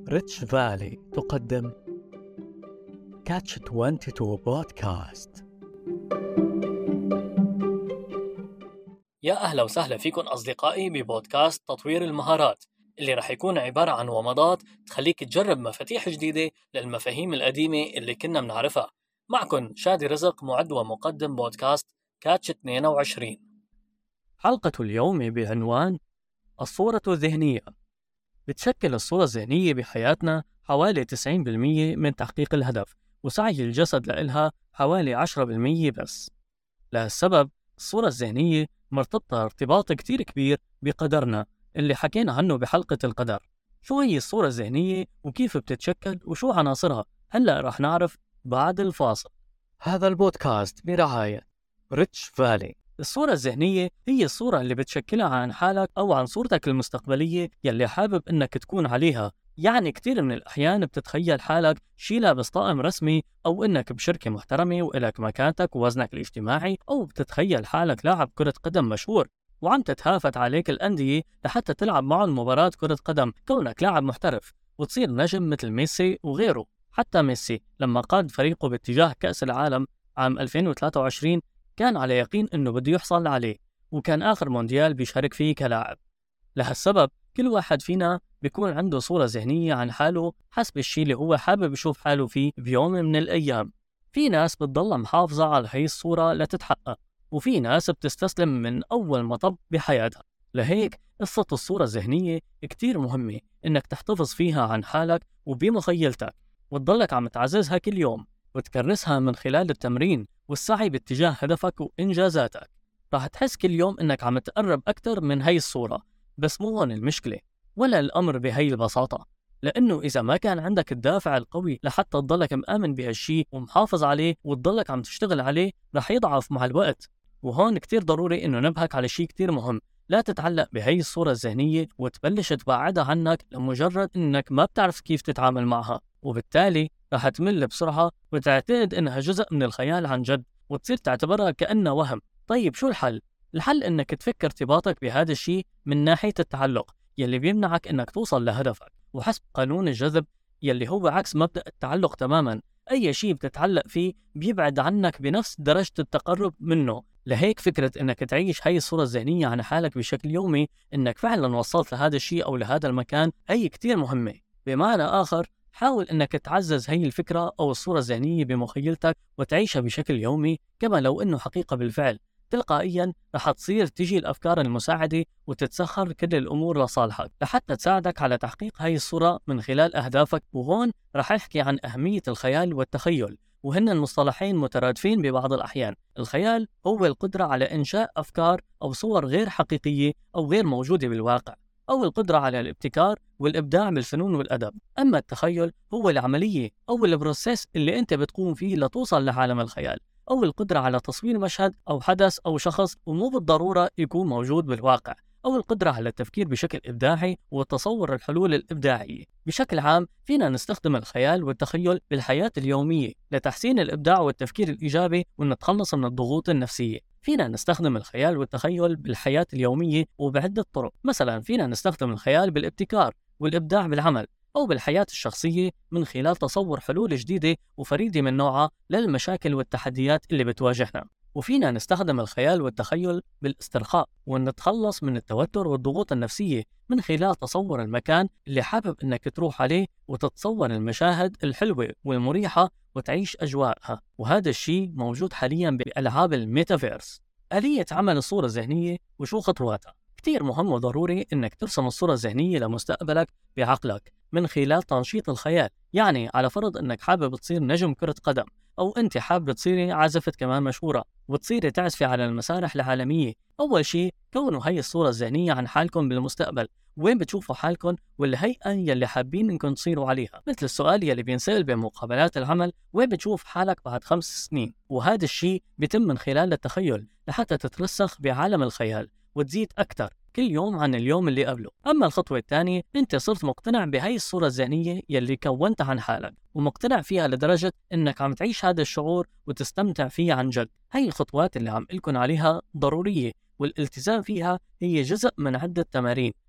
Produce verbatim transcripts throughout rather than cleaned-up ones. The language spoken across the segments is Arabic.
ريتش فالي تقدم كاتش اثنين وعشرين بودكاست. يا أهلا وسهلا فيكم أصدقائي ببودكاست تطوير المهارات اللي رح يكون عبارة عن ومضات تخليك تجرب مفاتيح جديدة للمفاهيم القديمة اللي كنا بنعرفها. معكم شادي رزق، معد ومقدم بودكاست كاتش اثنين وعشرين. حلقة اليوم بعنوان الصورة الذهنية. بتشكل الصورة الذهنية بحياتنا حوالي تسعين بالمئة من تحقيق الهدف، وسعي الجسد لإلها حوالي عشرة بالمئة بس. لهالسبب الصورة الذهنية مرتبطة ارتباط كتير كبير بقدرنا اللي حكينا عنه بحلقة القدر. شو هي الصورة الذهنية وكيف بتتشكل وشو عناصرها؟ هلأ رح نعرف بعد الفاصل. هذا البودكاست برعاية ريتش فالي. الصورة الذهنية هي الصورة اللي بتشكلها عن حالك أو عن صورتك المستقبلية يلي حابب إنك تكون عليها. يعني كتير من الأحيان بتتخيل حالك شي لابس طاقم رسمي، أو إنك بشركة محترمة وإلك مكانتك ووزنك الاجتماعي، أو بتتخيل حالك لاعب كرة قدم مشهور وعم تتهافت عليك الأندية لحتى تلعب معهم مباراة كرة قدم كونك لاعب محترف وتصير نجم مثل ميسي وغيره. حتى ميسي لما قاد فريقه باتجاه كأس العالم عام ألفين وثلاثة وعشرين كان على يقين إنه بده يحصل عليه، وكان آخر مونديال بيشارك فيه كلاعب. لهالسبب كل واحد فينا بيكون عنده صورة ذهنية عن حاله حسب الشيء اللي هو حابب يشوف حاله فيه بيوم من الأيام. في ناس بتضل محافظة على هاي الصورة لتتحقق، وفي ناس بتستسلم من أول مطب بحياتها. لهيك قصة الصورة الذهنية كتير مهمة إنك تحتفظ فيها عن حالك وبمخيلتك، وتضلك عم تعززها كل يوم وتكرسها من خلال التمرين والسعي باتجاه هدفك وإنجازاتك. راح تحس كل يوم إنك عم تقرب أكتر من هاي الصورة. بس مو هون المشكلة ولا الأمر بهاي البساطة، لأنه إذا ما كان عندك الدافع القوي لحتى تضلك مآمن بهالشي ومحافظ عليه وتضلك عم تشتغل عليه، رح يضعف مع الوقت. وهون كتير ضروري إنه نبهك على شي كتير مهم: لا تتعلق بهاي الصورة الذهنية وتبلش تبعدها عنك لمجرد إنك ما بتعرف كيف تتعامل معها، وبالتالي رح تمل بسرعة وتعتقد إنها جزء من الخيال عن جد وتصير تعتبرها كأنها وهم. طيب شو الحل؟ الحل إنك تفكر ارتباطك بهذا الشيء من ناحية التعلق يلي بيمنعك إنك توصل لهدفك، وحسب قانون الجذب يلي هو عكس مبدأ التعلق تماما. أي شيء بتتعلق فيه بيبعد عنك بنفس درجة التقرب منه. لهيك فكرة إنك تعيش هاي الصورة الذهنية عن حالك بشكل يومي إنك فعلا وصلت لهذا الشيء أو لهذا المكان هي كتير مهمة. بمعنى آخر، حاول إنك تعزز هاي الفكرة أو الصورة الذهنية بمخيلتك وتعيشها بشكل يومي كما لو إنه حقيقة بالفعل. تلقائياً رح تصير تجي الأفكار المساعدة وتتسخر كل الأمور لصالحك لحتى تساعدك على تحقيق هاي الصورة من خلال أهدافك. وهون رح أحكي عن أهمية الخيال والتخيل، وهن المصطلحين مترادفين ببعض الأحيان. الخيال هو القدرة على إنشاء أفكار أو صور غير حقيقية أو غير موجودة بالواقع، أو القدرة على الابتكار والإبداع بالفنون والأدب. أما التخيل هو العملية أو البروسيس اللي أنت بتقوم فيه لتوصل لعالم الخيال، أو القدرة على تصوير مشهد أو حدث أو شخص ومو بالضرورة يكون موجود بالواقع، أو القدرة على التفكير بشكل إبداعي وتصور الحلول الإبداعية. بشكل عام فينا نستخدم الخيال والتخيل بالحياة اليومية لتحسين الإبداع والتفكير الإيجابي ونتخلص من الضغوط النفسية. فينا نستخدم الخيال والتخيل بالحياة اليومية وبعدة طرق. مثلا فينا نستخدم الخيال بالابتكار والإبداع بالعمل أو بالحياة الشخصية من خلال تصور حلول جديدة وفريدة من نوعها للمشاكل والتحديات اللي بتواجهنا. وفينا نستخدم الخيال والتخيل بالاسترخاء ونتخلص من التوتر والضغوط النفسية من خلال تصور المكان اللي حابب إنك تروح عليه وتتصور المشاهد الحلوة والمريحة وتعيش أجواءها. وهذا الشيء موجود حاليا بألعاب الميتافيرس. آلية عمل الصورة الذهنية وشو خطواتها؟ كتير مهم وضروري إنك ترسم الصورة الذهنية لمستقبلك بعقلك من خلال تنشيط الخيال. يعني على فرض إنك حابب تصير نجم كرة قدم، أو أنت حابب تصيري عازفة كمان مشهورة وتصيري تعزفي على المسارح العالمية. أول شيء كونوا هاي الصورة الذهنية عن حالكم بالمستقبل، وين بتشوفوا حالكم والهيئة يلي حابين إنكم تصيروا عليها. مثل السؤال يلي بينسأل بمقابلات العمل: وين بتشوف حالك بعد خمس سنين؟ وهذا الشيء بيتم من خلال التخيل لحتى تترسخ بعالم الخيال وتزيد أكتر كل يوم عن اليوم اللي قبله. أما الخطوة الثانية، أنت صرت مقتنع بهاي الصورة الذهنية يلي كونتها عن حالك ومقتنع فيها لدرجة إنك عم تعيش هذا الشعور وتستمتع فيه عن جد. هاي الخطوات اللي عم قلكن عليها ضرورية، والالتزام فيها هي جزء من عدة تمارين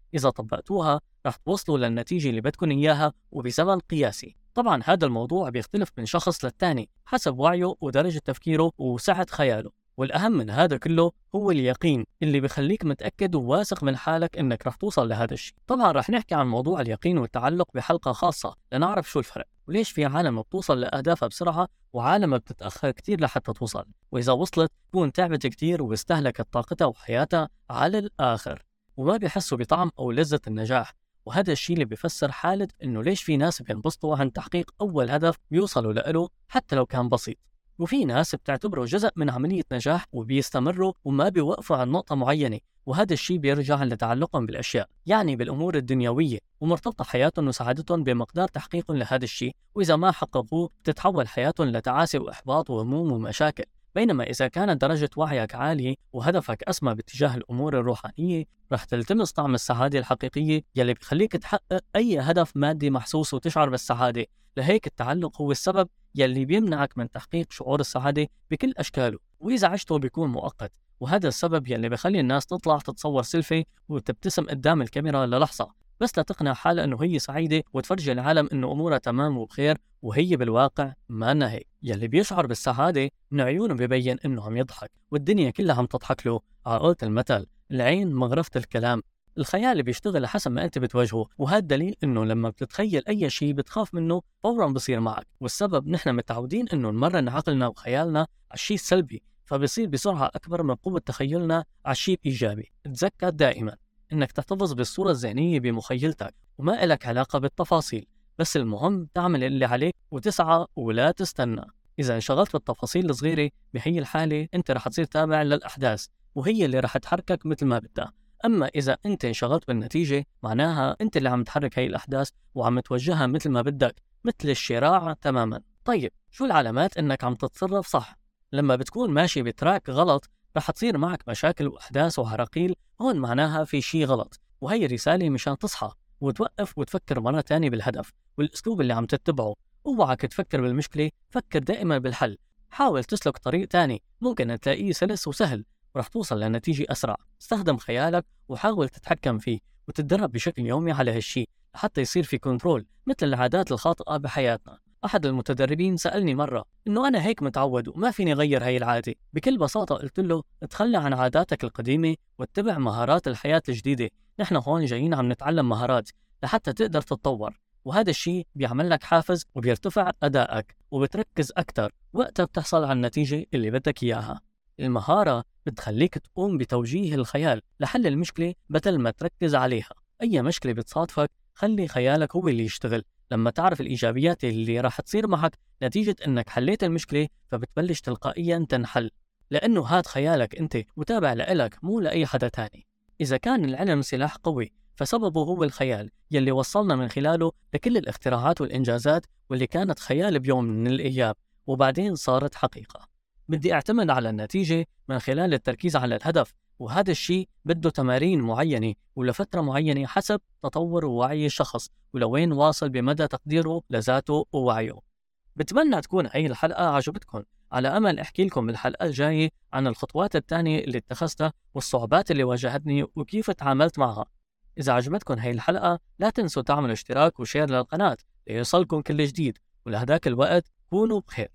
إذا طبقتوها رح توصلوا للنتيجة اللي بدكن إياها وبزمن قياسي. طبعا هذا الموضوع بيختلف من شخص للتاني حسب وعيه ودرجة تفكيره وسعة خياله، والأهم من هذا كله هو اليقين اللي بيخليك متأكد وواثق من حالك إنك رح توصل لهذا الشيء. طبعا رح نحكي عن موضوع اليقين والتعلق بحلقة خاصة لنعرف شو الفرق وليش في عالم بتوصل لأهدافها بسرعة وعالم بتتأخر كتير لحتى توصل، وإذا وصلت تكون تعبت كتير واستهلكت طاقتها وحياتها على الآخر وما بيحسوا بطعم أو لذة النجاح. وهذا الشيء اللي بيفسر حالة إنه ليش في ناس بينبسطوا عن تحقيق أول هدف بيوصلوا له حتى لو كان بسيط، وفي ناس بتعتبره جزء من عملية نجاح وبيستمروا وما بيوقفوا عن نقطة معينة، وهذا الشيء بيرجع لتعلقهم بالأشياء، يعني بالأمور الدنيوية، ومرتبطة حياتهم وسعادتهم بمقدار تحقيقهم لهذا الشيء، وإذا ما حققوه بتتحول حياتهم لتعاسة وإحباط وهموم ومشاكل. بينما إذا كانت درجة وعيك عالية وهدفك أسمى باتجاه الأمور الروحانية رح تلتمس طعم السعادة الحقيقية يلي بيخليك تحقق أي هدف مادي محسوس وتشعر بالسعادة. لهيك التعلق هو السبب يلي بيمنعك من تحقيق شعور السعادة بكل أشكاله، وإذا عشته بيكون مؤقت، وهذا السبب يلي بيخلي الناس تطلع تتصور سيلفي وتبتسم قدام الكاميرا للحظة بس لتقنع حالها إنه هي سعيدة وتفرجي العالم إنه أمورها تمام وبخير، وهي بالواقع ما أنها هيك. يلي بيشعر بالسعادة من عيونه بيبين إنه عم يضحك والدنيا كلها عم تضحك له. عقلة المثل العين مغرفة الكلام. الخيال بيشتغل حسب ما أنت بتواجهه، وهذا دليل إنه لما بتتخيل أي شيء بتخاف منه فوراً بصير معك، والسبب نحن متعودين إنه نمرن عقلنا وخيالنا على الشيء السلبي فبصير بسرعة أكبر من قوة تخيلنا على الشيء الإيجابي. تذكر دائماً إنك تحتفظ بالصورة الذهنية بمخيلتك وما إلك علاقة بالتفاصيل، بس المهم تعمل اللي عليك وتسعى ولا تستنى. إذا انشغلت بالتفاصيل الصغيرة بهي الحالة أنت رح تصير تابع للأحداث وهي اللي رح تحركك مثل ما بدها. أما إذا أنت انشغلت بالنتيجة معناها أنت اللي عم تحرك هاي الأحداث وعم توجهها مثل ما بدك، مثل الشراع تماماً. طيب شو العلامات إنك عم تتصرف صح؟ لما بتكون ماشي بتراك غلط رح تصير معك مشاكل وأحداث وعراقيل، هون معناها في شي غلط، وهي رسالة مشان تصحى وتوقف وتفكر مرة تانية بالهدف والأسلوب اللي عم تتبعه. اوعك تفكر بالمشكلة، فكر دائما بالحل. حاول تسلك طريق تاني ممكن تلاقيه سلس وسهل ورح توصل لنتيجة أسرع. استخدم خيالك وحاول تتحكم فيه وتتدرب بشكل يومي على هالشي لحتى يصير في كنترول. مثل العادات الخاطئة بحياتنا، أحد المتدربين سألني مرة إنه أنا هيك متعود وما فيني غير هاي العادة. بكل بساطة قلت له اتخلى عن عاداتك القديمة واتبع مهارات الحياة الجديدة. نحن هون جايين عم نتعلم مهارات لحتى تقدر تتطور، وهذا الشيء بيعمل لك حافز وبيرتفع أدائك وبتركز أكتر وقتها بتحصل على النتيجة اللي بدك إياها. المهارة بتخليك تقوم بتوجيه الخيال لحل المشكلة بدل ما تركز عليها. أي مشكلة بتصادفك خلي خيالك هو اللي يشتغل. لما تعرف الإيجابيات اللي راح تصير معك نتيجة أنك حليت المشكلة فبتبلش تلقائيا تنحل، لأنه هاد خيالك أنت وتابع لإلك مو لأي حدا تاني. إذا كان العلم سلاح قوي فسببه هو الخيال يلي وصلنا من خلاله لكل الاختراعات والإنجازات واللي كانت خيال بيوم من الأيام وبعدين صارت حقيقة. بدي أعتمد على النتيجة من خلال التركيز على الهدف، وهذا الشيء بده تمارين معينة ولفترة معينة حسب تطور ووعي الشخص ولوين واصل بمدى تقديره لذاته ووعيه. بتمنى تكون هاي الحلقة عجبتكم، على أمل أحكي لكم بالحلقة الجاية عن الخطوات الثانية اللي اتخذتها والصعوبات اللي واجهتني وكيف تعاملت معها. إذا عجبتكم هاي الحلقة لا تنسوا تعملوا اشتراك وشير للقناة ليوصلكم كل جديد، ولهداك الوقت كونوا بخير.